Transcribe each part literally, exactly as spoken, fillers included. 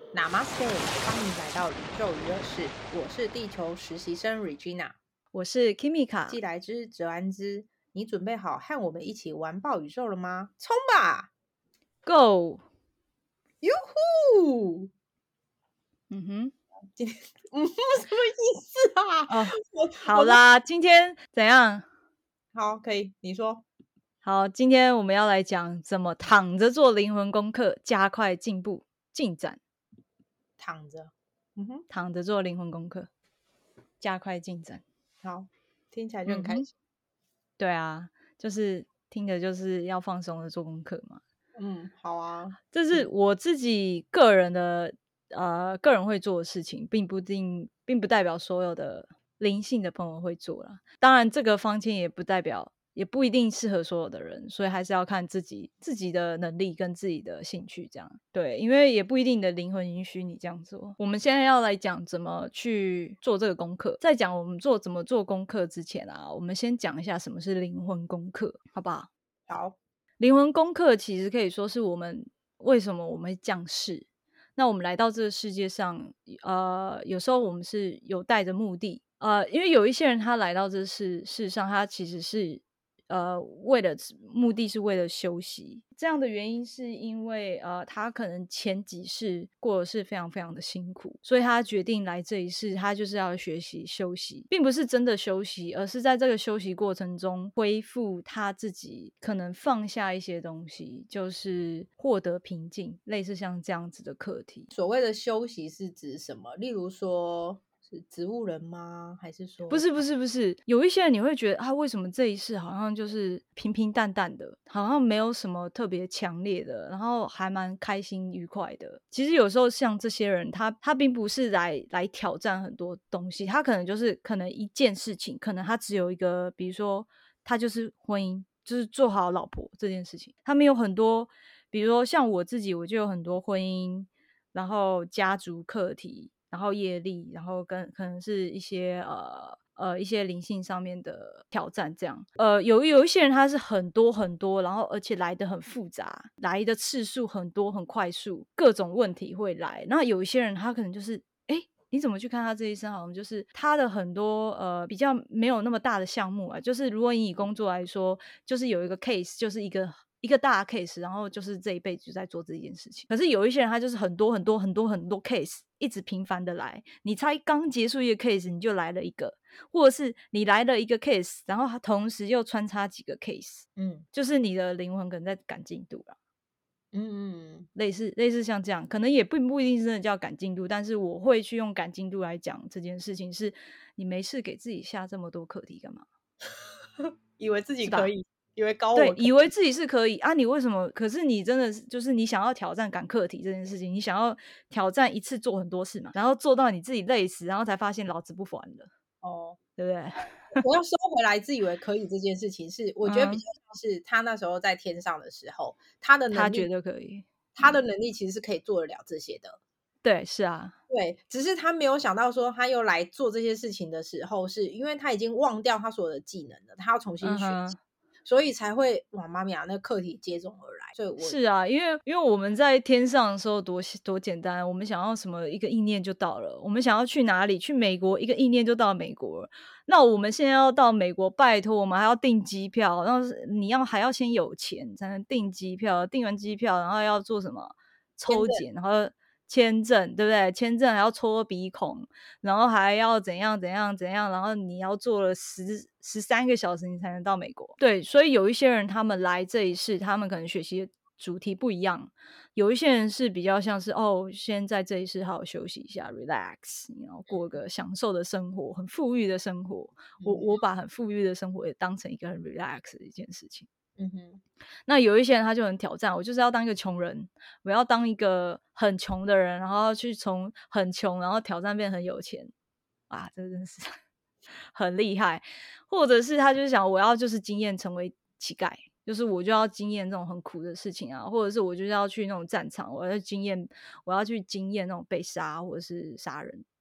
Namaste，欢迎来到宇宙娱乐室，我是地球实习生 Regina， 我是 Kimika。 既来之则安之。你准备好和我们一起玩爆宇宙了吗？冲吧 Go！ 哟呼！ 嗯哼， 今天嗯，什么意思啊？ 哦， 我我们好啦，今天怎样？ 好，可以，你说。 好，今天我们要来讲怎么躺着做灵魂功课，加快进步进展。 躺着，嗯哼， 躺着做灵魂功课，加快进展。 好，听起来就很嗯哼， 开心。 对啊，就是听的就是要放松的做功课嘛。 嗯，好啊， 这是我自己个人的呃个人会做的事情，并不定，并不代表所有的灵性的朋友会做啦。当然，这个方签也不代表，也不一定适合所有的人，所以还是要看自己自己的能力跟自己的兴趣这样。对，因为也不一定你的灵魂允许你这样做。我们现在要来讲怎么去做这个功课。在讲我们做怎么做功课之前啊，我们先讲一下什么是灵魂功课，好不好？ 好， 灵魂功课其实可以说是我们为什么我们会降世。那我们来到这个世界上，呃，有时候我们是有带着目的，呃，因为有一些人他来到这世世上，他其实是呃为了目的是为了休息。这样的原因是因为呃他可能前几世过的是非常非常的辛苦，所以他决定来这一世，他就是要学习休息，并不是真的休息，而是在这个休息过程中恢复他自己，可能放下一些东西，就是获得平静，类似像这样子的课题。 所谓的休息是指什么？例如说是植物人吗？还是说不是不是不是，有一些人你会觉得他为什么这一世好像就是平平淡淡的，好像没有什么特别强烈的，然后还蛮开心愉快的。其实有时候像这些人，他他并不是来来挑战很多东西，他可能就是可能一件事情，可能他只有一个，比如说他就是婚姻，就是做好老婆这件事情。他们有很多，比如说像我自己，我就有很多婚姻，然后家族课题，然后业力，然后跟可能是一些呃呃一些灵性上面的挑战，这样。呃，有有一些人他是很多很多，然后而且来的很复杂，来的次数很多很快速，各种问题会来。那有一些人他可能就是哎。诶你怎么去看他这一生？好像就是他的很多呃比较没有那么大的项目啊，就是如果你以工作来说，就是有一个 case，就是一个一个大 case，然后就是这一辈子就在做这件事情。可是有一些人他就是很多很多很多很多 case，一直频繁的来，你才刚结束一个 case，你就来了一个，或者是你来了一个 case，然后他同时又穿插几个 case， 嗯就是你的灵魂可能在赶进度啦。 嗯嗯类似类似像这样，可能也并不一定真的叫赶进度，但是我会去用赶进度来讲这件事情。是你没事给自己下这么多课题干嘛？ 以为自己是吧？ 可以，以为高对， 我可以。 以为自己是可以啊，你为什么？可是你真的是就是你想要挑战赶课题这件事情，你想要挑战一次做很多事嘛，然后做到你自己累死，然后才发现老子不玩了， 哦， 对不对？ 我要收回来自以为可以这件事情是，我觉得比较嗯， 像是他那时候在天上的时候，他的能力， 他觉得可以， 他的嗯， 能力其实是可以做得了这些的。 对，是啊， 对，只是他没有想到说，他又来做这些事情的时候，是因为他已经忘掉他所有的技能了，他要重新学习， 嗯哼。 所以才会哇，妈咪呀，那个课题接踵而来。所以我是啊，因为因为我们在天上的时候多多简单，我们想要什么一个意念就到了，我们想要去哪里，去美国一个意念就到美国了。那我们现在要到美国，拜托我们还要订机票，然后是你要还要先有钱才能订机票，订完机票然后要做什么签证， 抽检，然后签证，对不对？签证还要戳鼻孔，然后还要怎样怎样怎样，然后你要做了十十三个小时，你才能到美国。对，所以有一些人他们来这一世，他们可能学习的主题不一样。有一些人是比较像是哦，先在这一世好好休息一下，relax，然后过个享受的生活，很富裕的生活。我嗯我把很富裕的生活也当成一个很 relax 的一件事情。 嗯哼， 那有一些人他就很挑战，我就是要当一个穷人，我要当一个很穷的人，然后去从很穷，然后挑战变很有钱啊，这真是很厉害。或者是他就是想我要就是经验成为乞丐，就是我就要经验这种很苦的事情啊，或者是我就是要去那种战场，我要经验，我要去经验那种被杀或者是杀人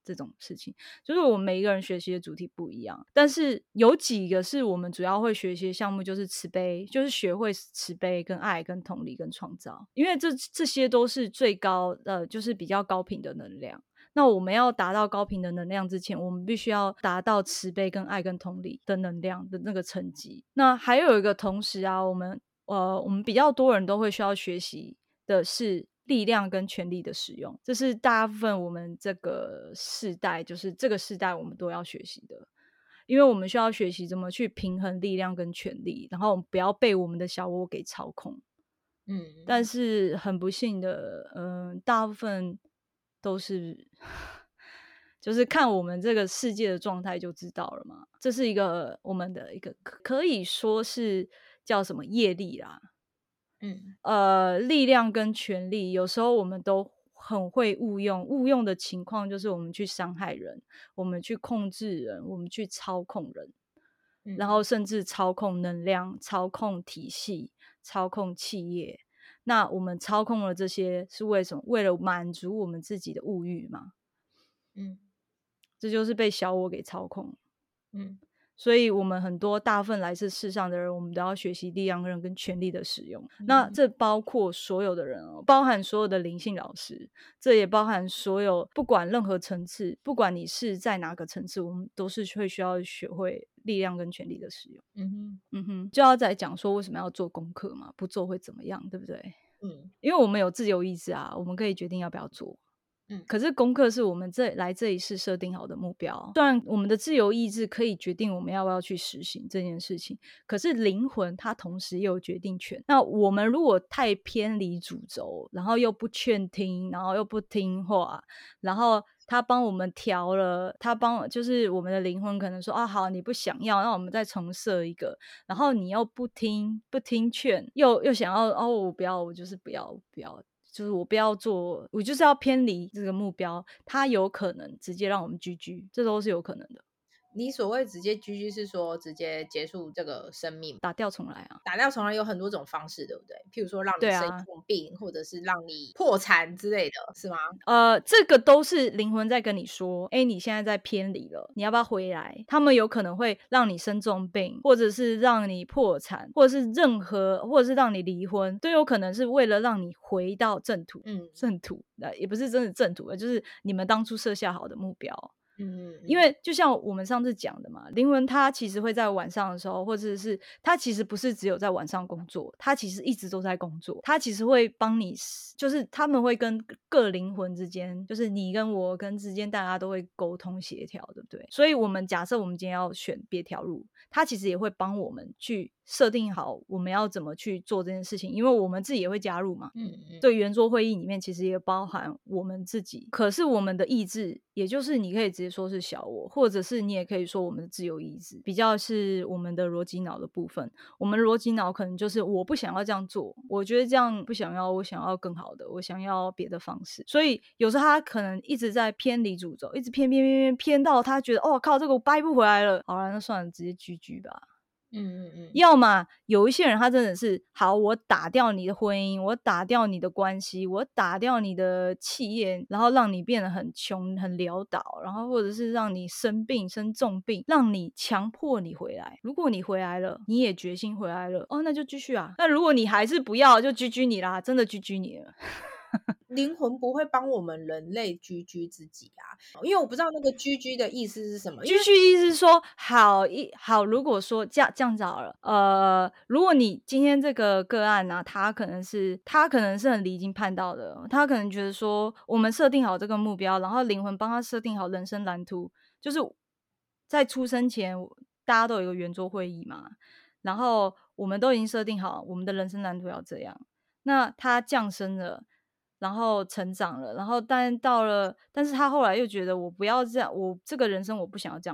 这种事情，就是我们每一个人学习的主题不一样，但是有几个是我们主要会学习的项目，就是慈悲，就是学会慈悲跟爱跟同理跟创造，因为这这些都是最高呃，就是比较高频的能量。那我们要达到高频的能量之前，我们必须要达到慈悲跟爱跟同理的能量的那个层级。那还有一个同时啊，我们呃，我们比较多人都会需要学习的是力量跟权力的使用，这是大部分我们这个世代，就是这个世代我们都要学习的。因为我们需要学习怎么去平衡力量跟权力，然后不要被我们的小我给操控。 嗯， 但是很不幸的，嗯、呃，大部分都是就是看我们这个世界的状态就知道了嘛。这是一个我们的一个可以说是叫什么业力啦。 嗯呃，力量跟权力有时候我们都很会误用，误用的情况就是我们去伤害人，我们去控制人，我们去操控人，然后嗯甚至操控能量、操控体系、操控企业。那我们操控了这些是为什么？为了满足我们自己的物欲嘛。 嗯这就是被小我给操控。 嗯所以我们很多大部分来自世上的人，我们都要学习力量跟跟权力的使用。那嗯这包括所有的人哦，包含所有的灵性老师，这也包含所有不管任何层次，不管你是在哪个层次，我们都是会需要学会力量跟权力的使用。 嗯哼嗯哼，就要再讲说为什么要做功课嘛，不做会怎么样，对不对？ 嗯因为我们有自由意志啊，我们可以决定要不要做。 嗯可是功课是我们这来这一世设定好的目标，虽然我们的自由意志可以决定我们要不要去实行这件事情，可是灵魂它同时也有决定权。那我们如果太偏离主轴，然后又不劝听，然后又不听话，然后他帮我们调了，他帮就是我们的灵魂可能说啊，好，你不想要，那我们再重设一个，然后你又不听不听劝，又又想要哦，我不要，我就是不要不要。就是我不要做，我就是要偏离这个目标，它有可能直接让我们 G G， 这都是有可能的。 你所谓直接 G G 是说直接结束这个生命， 打掉重来啊。 打掉重来有很多种方式，对不对？譬如说让你生对啊， 重病，或者是让你破产之类的，是吗？ 呃，这个都是灵魂在跟你说，哎，你现在在偏离了，你要不要回来？他们有可能会让你生重病，或者是让你破产，或者是任何，或者是让你离婚，都有可能是为了让你回到正途。 嗯正途，呃，也不是真的正途，就是你们当初设下好的目标。 嗯嗯， 因为就像我们上次讲的嘛，灵魂它其实会在晚上的时候，或者是它其实不是只有在晚上工作，它其实一直都在工作。它其实会帮你，就是他们会跟各灵魂之间，就是你跟我跟之间，大家都会沟通协调，对不对？所以我们假设我们今天要选别条路，它其实也会帮我们去设定好我们要怎么去做这件事情，因为我们自己也会加入嘛。 嗯嗯， 对，圆桌会议里面其实也包含我们自己，可是我们的意志，也就是你可以直接说是小我，或者是你也可以说我们的自由意志，比较是我们的逻辑脑的部分。我们逻辑脑可能就是我不想要这样做，我觉得这样不想要，我想要更好的，我想要别的方式。所以有时候他可能一直在偏离主轴，一直偏偏偏偏偏到他觉得哦靠，这个我掰不回来了，好了，那算了，直接 G G 吧。 嗯嗯嗯， 要么有一些人他真的是好，我打掉你的婚姻，我打掉你的关系，我打掉你的企业，然后让你变得很穷很潦倒，然后或者是让你生病生重病，让你强迫你回来。如果你回来了，你也决心回来了，哦，那就继续啊。那如果你还是不要，就 G G 你啦，真的 G G 你了。 灵魂不会帮我们人类居居自己啊，因为我不知道那个居居的意思是什么。因为居居意思是说，好一好，如果说这样这样子好了，呃，如果你今天这个个案呢、啊，他可能是他可能是很离经叛道的，他可能觉得说，我们设定好这个目标，然后灵魂帮他设定好人生蓝图，就是在出生前大家都有一个圆桌会议嘛，然后我们都已经设定好我们的人生蓝图要这样，那他降生了。然后成长了，然后但到了，但是他后来又觉得我不要这样，我这个人生我不想要这样活了，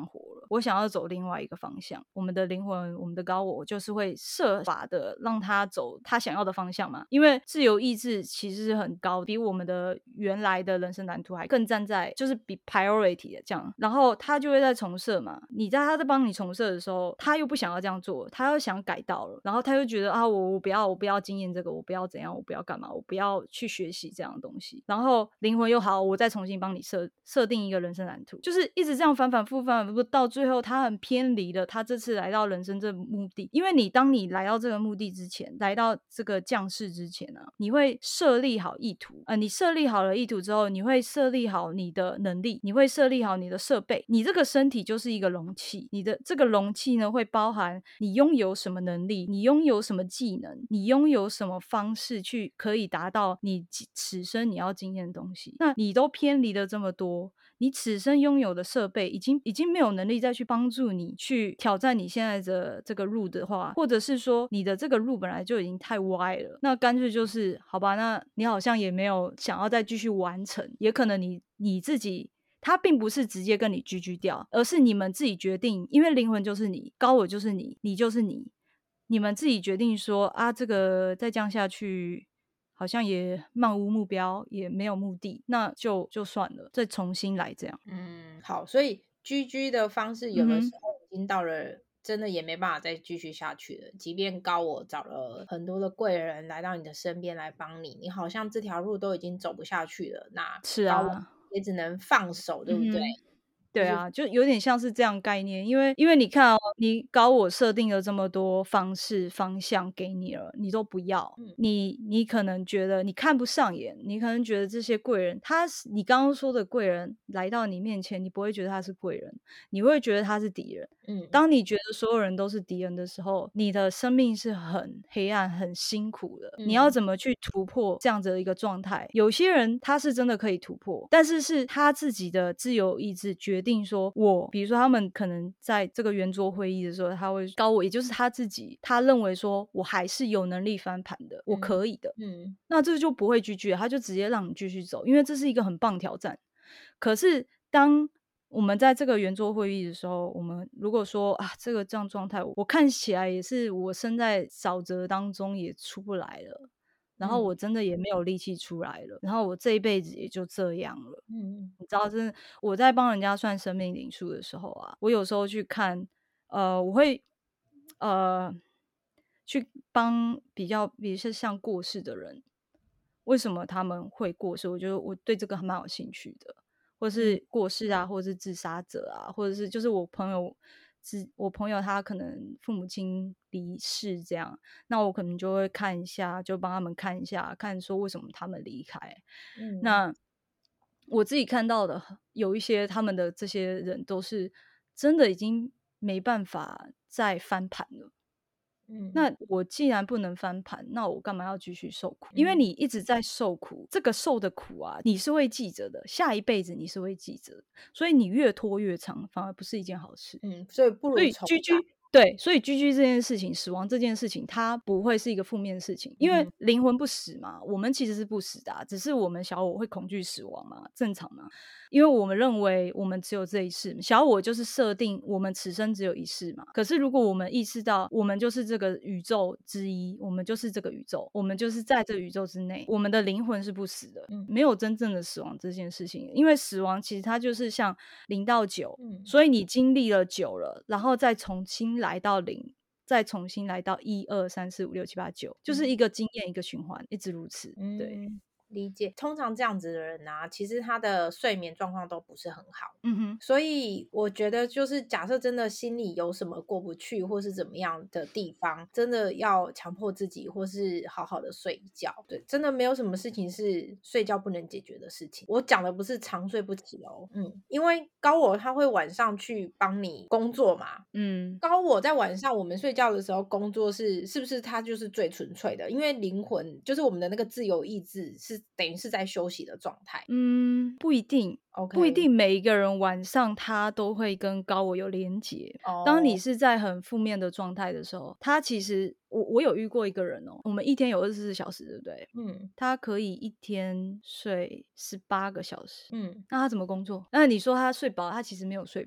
了，我想要走另外一个方向，我们的灵魂，我们的高我就是会设法的让他走他想要的方向嘛。因为自由意志其实是很高，比我们的原来的人生蓝图还更站在就是比 priority 的这样，然后他就会在重设嘛。你在他在帮你重设的时候，他又不想要这样做，他又想改道了，然后他就觉得啊，我我不要我不要经验这个，我不要怎样，我不要干嘛，我不要去学习这样的东西。然后灵魂又好，我再重新帮你设设定一个人生蓝图，就是一直这样反反复复反反复复，到最后他很偏离了他这次来到人生这个目的。因为你当你来到这个目的之前，来到这个降世之前啊，你会设立好意图，呃，你设立好了意图之后，你会设立好你的能力，你会设立好你的设备，你这个身体就是一个容器，你的这个容器呢会包含你拥有什么能力，你拥有什么技能，你拥有什么方式去可以达到你此生你要经验的东西。那你都偏离了这么多，你此生拥有的设备已经已经没有能力再去帮助你去挑战你现在的这个路的话，或者是说你的这个路本来就已经太歪了，那干脆就是好吧，那你好像也没有想要再继续完成，也可能你你自己他并不是直接跟你居居掉，而是你们自己决定，因为灵魂就是你，高我就是你，你就是你，你们自己决定说啊，这个再这样下去好像也漫无目标，也没有目的，那就就算了，再重新来这样。 嗯，好，所以居居的方式有的时候已经到了真的也没办法再继续下去了，即便高我找了很多的贵人来到你的身边来帮你，你好像这条路都已经走不下去了，那是高我啊， 也只能放手，对不对？ 嗯对啊，就有点像是这样概念，因为因为你看哦，你高我设定了这么多方式方向给你了，你都不要， 嗯你你可能觉得你看不上眼，你可能觉得这些贵人，他是你刚刚说的贵人来到你面前，你不会觉得他是贵人，你会觉得他是敌人。 嗯当你觉得所有人都是敌人的时候，你的生命是很黑暗、很辛苦的。你要嗯怎么去突破这样子的一个状态？有些人他是真的可以突破，但是是他自己的自由意志决定说，我比如说他们可能在这个圆桌会议的时候，他会高我，也就是他自己，他认为说我还是有能力翻盘的，我可以的。 嗯那这就不会拒绝，他就直接让你继续走，因为这是一个很棒挑战。可是当我们在这个圆桌会议的时候，我们如果说啊，这个这样状态，我看起来也是我身在沼泽当中也出不来了，然后嗯我真的也没有力气出来了，然后我这一辈子也就这样了。 嗯你知道，真的我在帮人家算生命灵数的时候啊，我有时候去看，呃，我会呃去帮比较，比如是像过世的人，为什么他们会过世？我觉得我对这个还蛮有兴趣的，或嗯是过世啊，或者是自杀者啊，或者是就是我朋友，自我朋友他可能父母亲离世这样，那我可能就会看一下，就帮他们看一下，看说为什么他们离开。 嗯那我自己看到的有一些他们的这些人都是真的已经没办法再翻盘了。 嗯那我既然不能翻盘，那我干嘛要继续受苦？因为嗯你一直在受苦，这个受的苦啊，你是会记着的，下一辈子你是会记着的，所以你越拖越长，反而不是一件好事。 嗯，所以不所以如重来。 居居对，所以居居这件事情，死亡这件事情，它不会是一个负面的事情，因为嗯灵魂不死嘛，我们其实是不死的啊，只是我们小我会恐惧死亡嘛，正常嘛。因为我们认为我们只有这一世，小我就是设定我们此生只有一世嘛。可是如果我们意识到我们就是这个宇宙之一，我们就是这个宇宙，我们就是在这个宇宙之内，我们的灵魂是不死的， 嗯没有真正的死亡这件事情。因为死亡其实它就是像零到九， 嗯所以你经历了九了，然后再重新来到零。再重新来到一二三四五六七八九，就是一个经验一个循环，一直如此。对， 嗯，理解。通常这样子的人啊，其实他的睡眠状况都不是很好。 嗯哼， 所以我觉得，就是假设真的心里有什么过不去，或是怎么样的地方，真的要强迫自己，或是好好的睡一觉。对，真的没有什么事情是睡觉不能解决的事情。我讲的不是长睡不起哦，嗯，因为高我他会晚上去帮你工作嘛， 嗯高我在晚上我们睡觉的时候工作是是不是它就是最纯粹的？因为灵魂就是我们的那个自由意志是等于是在休息的状态。 嗯，不一定。不一 OK， 定每一个人晚上他都会跟高我有连结。当你哦， 是在很负面的状态的时候，他其实我我有遇过一个人哦，我们一天有二十四小时，对不对？ 嗯他可以一天睡十八个小时， 嗯那他怎么工作？那你说他睡饱，他其实没有睡饱，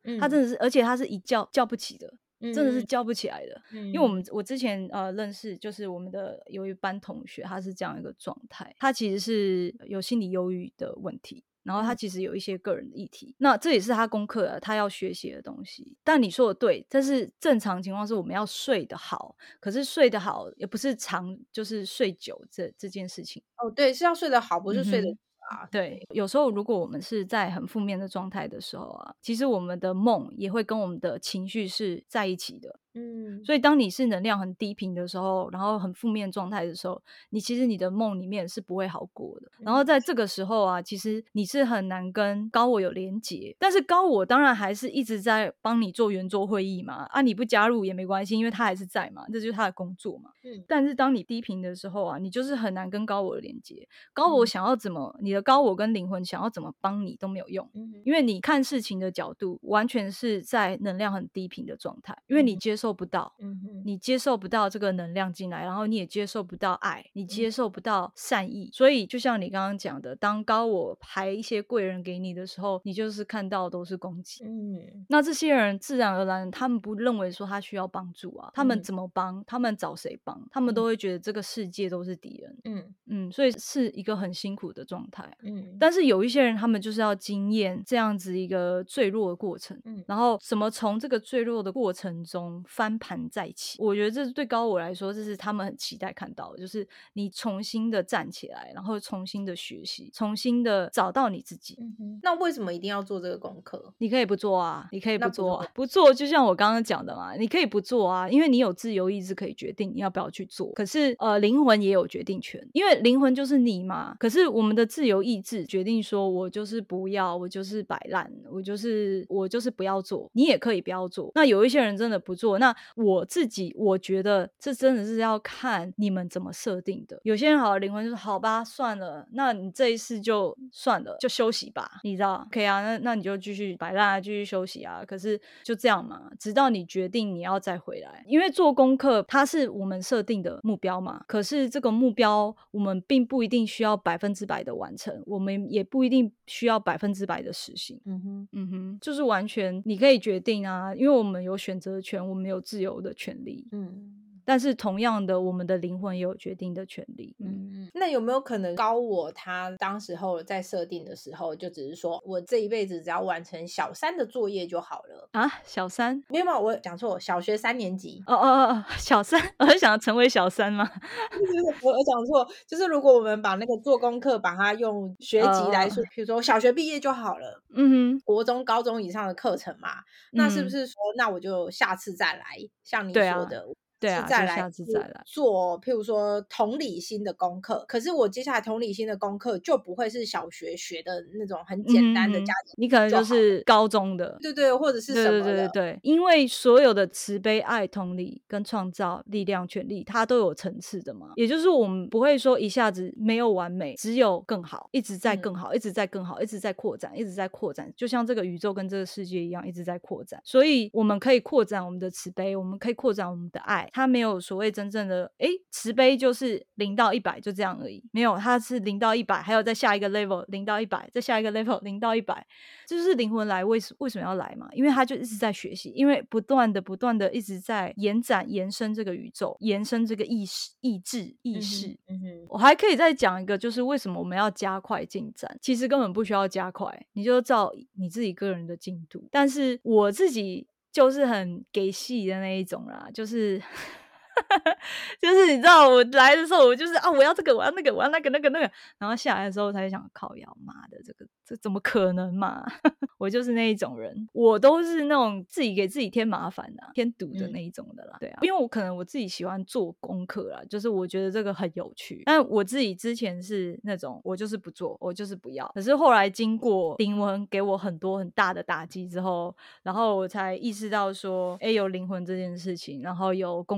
他真的是，而且他是一叫叫不起的， 嗯真的是叫不起来的。 嗯， 因为我们我之前呃认识，就是我们的有一班同学，他是这样一个状态，他其实是有心理忧郁的问题。然后他其实有一些个人的议题，嗯、那这也是他功课啊，他要学习的东西。但你说的对，但是正常情况是我们要睡得好，可是睡得好也不是长，就是睡久这这件事情。 哦，对，是要睡得好，不是睡得、嗯啊，对，有时候如果我们是在很负面的状态的时候啊，其实我们的梦也会跟我们的情绪是在一起的。嗯，所以当你是能量很低频的时候，然后很负面状态的时候，你其实你的梦里面是不会好过的。然后在这个时候啊，其实你是很难跟高我有连结，但是高我当然还是一直在帮你做圆桌会议嘛，啊，你不加入也没关系，因为他还是在嘛，这就是他的工作嘛。嗯，但是当你低频的时候啊，你就是很难跟高我连结。高我想要怎么，你的高我跟灵魂想要怎么帮你都没有用，嗯、因为你看事情的角度完全是在能量很低频的状态，因为你接受不到，嗯、你接受不到这个能量进来，然后你也接受不到爱，你接受不到善意，所以就像你刚刚讲的，当高我排一些贵人给你的时候，你就是看到都是攻击。嗯，那这些人自然而然他们不认为说他需要帮助啊，他们怎么帮，他们找谁帮，他们都会觉得这个世界都是敌人。嗯嗯，所以是一个很辛苦的状态。嗯，但是有一些人他们就是要经验这样子一个坠落的过程，嗯，然后怎么从这个坠落的过程中翻盘再起，我觉得这是对高我来说，这是他们很期待看到的，就是你重新的站起来，然后重新的学习，重新的找到你自己。 嗯，那为什么一定要做这个功课？ 你可以不做啊，你可以不做啊，不做就像我刚刚讲的嘛，你可以不做啊，因为你有自由意志可以决定你要不要去做，可是呃灵魂也有决定权，因为灵魂就是你嘛，可是我们的自由意志决定说我就是不要，我就是摆烂，我就是我就是不要做，你也可以不要做。那有一些人真的不做，那我自己我觉得这真的是要看你们怎么设定的。有些人好的灵魂就是好吧算了，那你这一世就算了，就休息吧，你知道 OK 啊，那那你就继续摆烂啊，继续休息啊，可是就这样嘛，直到你决定你要再回来。因为做功课它是我们设定的目标嘛，可是这个目标我们并不一定需要百分之百的完成，我们也不一定需要百分之百的实行。嗯哼嗯哼，就是完全你可以决定啊，因为我们有选择权，我们有自由的权利。嗯，但是同样的我们的灵魂也有决定的权利。 嗯，那有没有可能高我他当时候在设定的时候就只是说我这一辈子只要完成小三的作业就好了啊？小三？ 没有没有，我讲错，小学三年级。 哦哦哦，小三，我很想成为小三吗？ 我我讲错，就是如果我们把那个做功课把它用学籍来说，比如说小学毕业就好了，嗯哼，国中高中以上的课程嘛，那是不是说那我就下次再来像你说的对啊， 再来下次再来做，譬如说同理心的功课。可是我接下来同理心的功课就不会是小学学的那种很简单的家庭、嗯， 你可能就是高中的， 对对，或者是什么的， 对对对对，因为所有的慈悲、爱、同理跟创造力量、权利，它都有层次的嘛。也就是我们不会说一下子没有完美，只有更好，一直在更好，嗯、一直在更好，一直在扩展，一直在扩展，就像这个宇宙跟这个世界一样，一直在扩展。所以我们可以扩展我们的慈悲，我们可以扩展我们的爱。它没有所谓真正的诶慈悲就是零到一百就这样而已，没有，它是零到一百，还有再下一个 level 零到一百，再下一个 level 零到一百，这就是灵魂来为为什么要来嘛？因为它就一直在学习，因为不断的不断的一直在延展延伸这个宇宙，延伸这个意识意志意识。嗯哼，我还可以再讲一个，就是为什么我们要加快进展？其实根本不需要加快，你就照你自己个人的进度。但是我自己就是很给戏的那一种啦，就是就是你知道我来的时候我就是啊我要这个我要那个我要那个那个那个，然后下来的时候才想靠腰妈的这个这怎么可能嘛我就是那一种人，我都是那种自己给自己添麻烦的、啊、添堵的那一种的啦、嗯、对啊，因为我可能我自己喜欢做功课啦，就是我觉得这个很有趣，但我自己之前是那种我就是不做我就是不要，可是后来经过灵魂给我很多很大的打击之后，然后我才意识到说哎有灵魂这件事情，然后有功课这件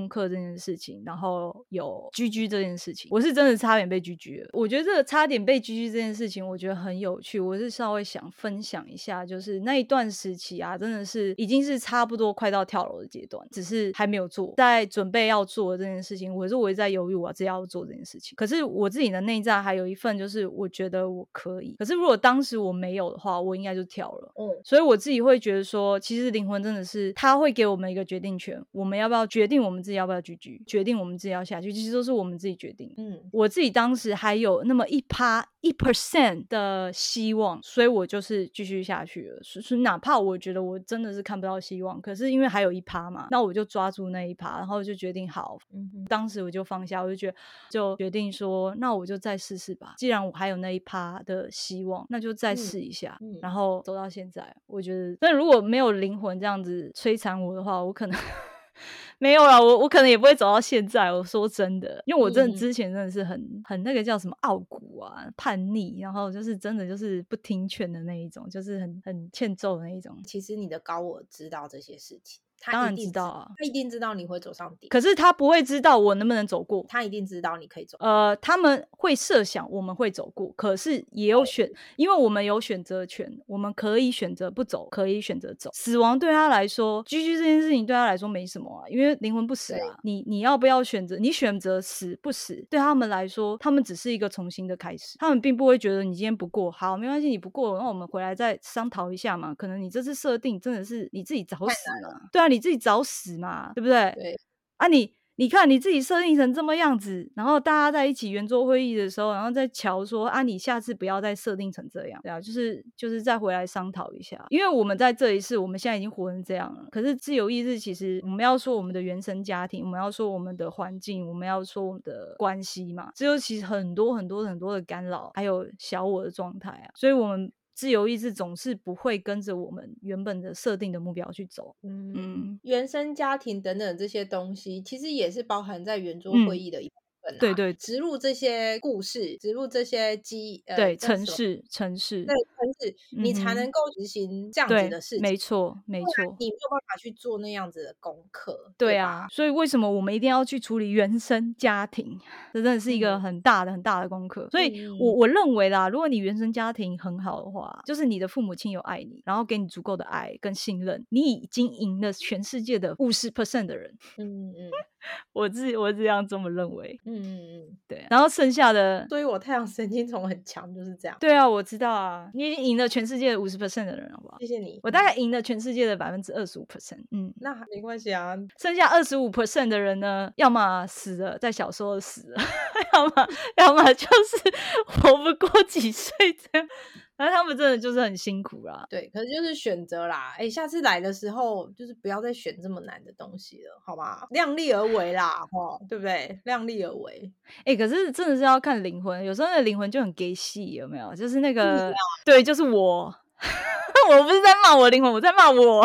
件事情，然后有居居这件事情，我是真的差点被居居了。我觉得这个差点被居居这件事情我觉得很有趣，我是稍微想分享一下，就是那一段时期啊，真的是已经是差不多快到跳楼的阶段，只是还没有做，在准备要做这件事情，我是我一直在犹豫我自己要做这件事情。可是我自己的内在还有一份就是我觉得我可以，可是如果当时我没有的话，我应该就跳了。嗯，所以我自己会觉得说，其实灵魂真的是他会给我们一个决定权，我们要不要决定我们自己要不要居居，决定我们自己要下去，其实都是我们自己决定。嗯，我自己当时还有那么一趴一 percent 的希望，所以我就是继续下去了。是哪怕我觉得我真的是看不到希望，可是因为还有一趴嘛，那我就抓住那一趴，然后就决定好。嗯，当时我就放下，我就觉得就决定说，那我就再试试吧。既然我还有那一趴的希望，那就再试一下。嗯嗯、然后走到现在，我觉得，但如果没有灵魂这样子摧残我的话，我可能没有啦，我我可能也不会走到现在。我说真的，因为我真的之前真的是很很那个叫什么傲骨啊、叛逆，然后就是真的就是不听劝的那一种，就是很很欠揍的那一种。 其实你的高我知道这些事情。他当然知道啊， 他一定知道你会走上顶， 可是他不会知道我能不能走过。 他一定知道你可以走过。 呃，他们会设想我们会走过，可是也有选，因为我们有选择权，我们可以选择不走，可以选择走。死亡对他来说，居居这件事情对他来说没什么啊，因为灵魂不死啊。你你要不要选择？你选择死不死，对他们来说，他们只是一个重新的开始，他们并不会觉得你今天不过，好，没关系，你不过，那我们回来再商讨一下嘛。可能你这次设定真的是你自己找死嘛？对啊，你自己找死嘛，对不对？ 对啊你，你你看你自己设定成这么样子，然后大家在一起圆桌会议的时候，然后再瞧说啊，你下次不要再设定成这样，对啊，就是就是再回来商讨一下。因为我们在这一世，我们现在已经活成这样了，可是自由意志其实我们要说我们的原生家庭，我们要说我们的环境，我们要说我们的关系嘛，这就其实很多很多很多的干扰，还有小我的状态啊，所以我们自由意志总是不会跟着我们原本的设定的目标去走。 嗯嗯，原生家庭等等这些东西，其实也是包含在圆桌会议的一部分、啊嗯、 对对， 植入这些故事，植入这些基呃对程式程式对程式、嗯，你才能够执行这样子的事情。 没错没错， 你没有办法去做那样子的功课。 对啊，所以为什么我们一定要去处理原生家庭？这真的是一个很大的、嗯、很大的功课。所以我我认为啦，如果你原生家庭很好的话，就是你的父母亲有爱你，然后给你足够的爱跟信任，你已经赢了全世界的 百分之五十 的人。嗯嗯，我自己我这样这么认为。嗯嗯嗯，对。然后剩下的， 所以我太阳神经丛很强，就是这样。 对啊，我知道啊，你已经赢了全世界的 百分之五十 的人，好不好？ 谢谢你。 我大概赢了全世界的 百分之二十五。嗯， 那没关系啊。 剩下 百分之二十五 的人呢，要么死了，在小时候死了，要么要么就是活不过几岁这样。然后他们真的就是很辛苦啦。 对，可是就是选择啦。哎，下次来的时候就是不要再选这么难的东西了，好吗？量力而为啦，齁，对不对？量力而为。 哎，可是真的是要看灵魂，有时候那个灵魂就很 gay 戏，有没有？就是那个，对，就是我。我不是在骂我灵魂，我在骂我。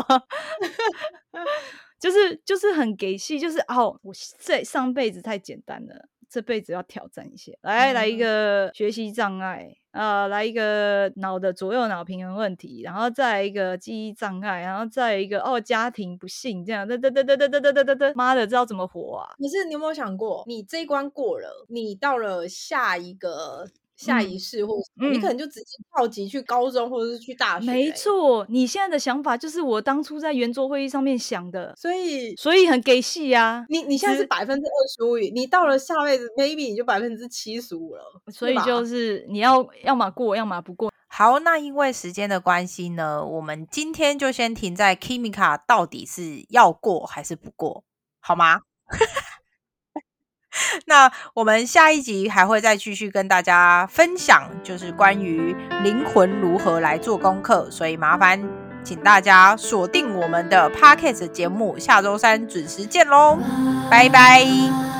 就是就是很给戏，就是哦，我这上辈子太简单了，这辈子要挑战一下，来、嗯、来一个学习障碍，呃，来一个脑的左右脑平衡问题，然后再来一个记忆障碍，然后再来一个哦家庭不幸，这样，哒哒哒哒哒哒哒哒哒，妈的，知道怎么活啊？ 可是你有没有想过，你这一关过了，你到了下一个。下一世或者、嗯、你可能就直接跳级去高中或者是去大学、欸、 没错，你现在的想法就是我当初在圆桌会议上面想的， 所以所以很给戏啊。 你你现在是百分之二十五，你到了下辈子 maybe 你就百分之七十五了， 所以就是你要要么过要么不过。 好，那因为时间的关系呢，我们今天就先停在 Kimika 到底是要过还是不过，好吗？那我们下一集还会再继续跟大家分享，就是关于灵魂如何来做功课，所以麻烦请大家锁定我们的 Podcast 节目，下周三准时见咯，拜拜。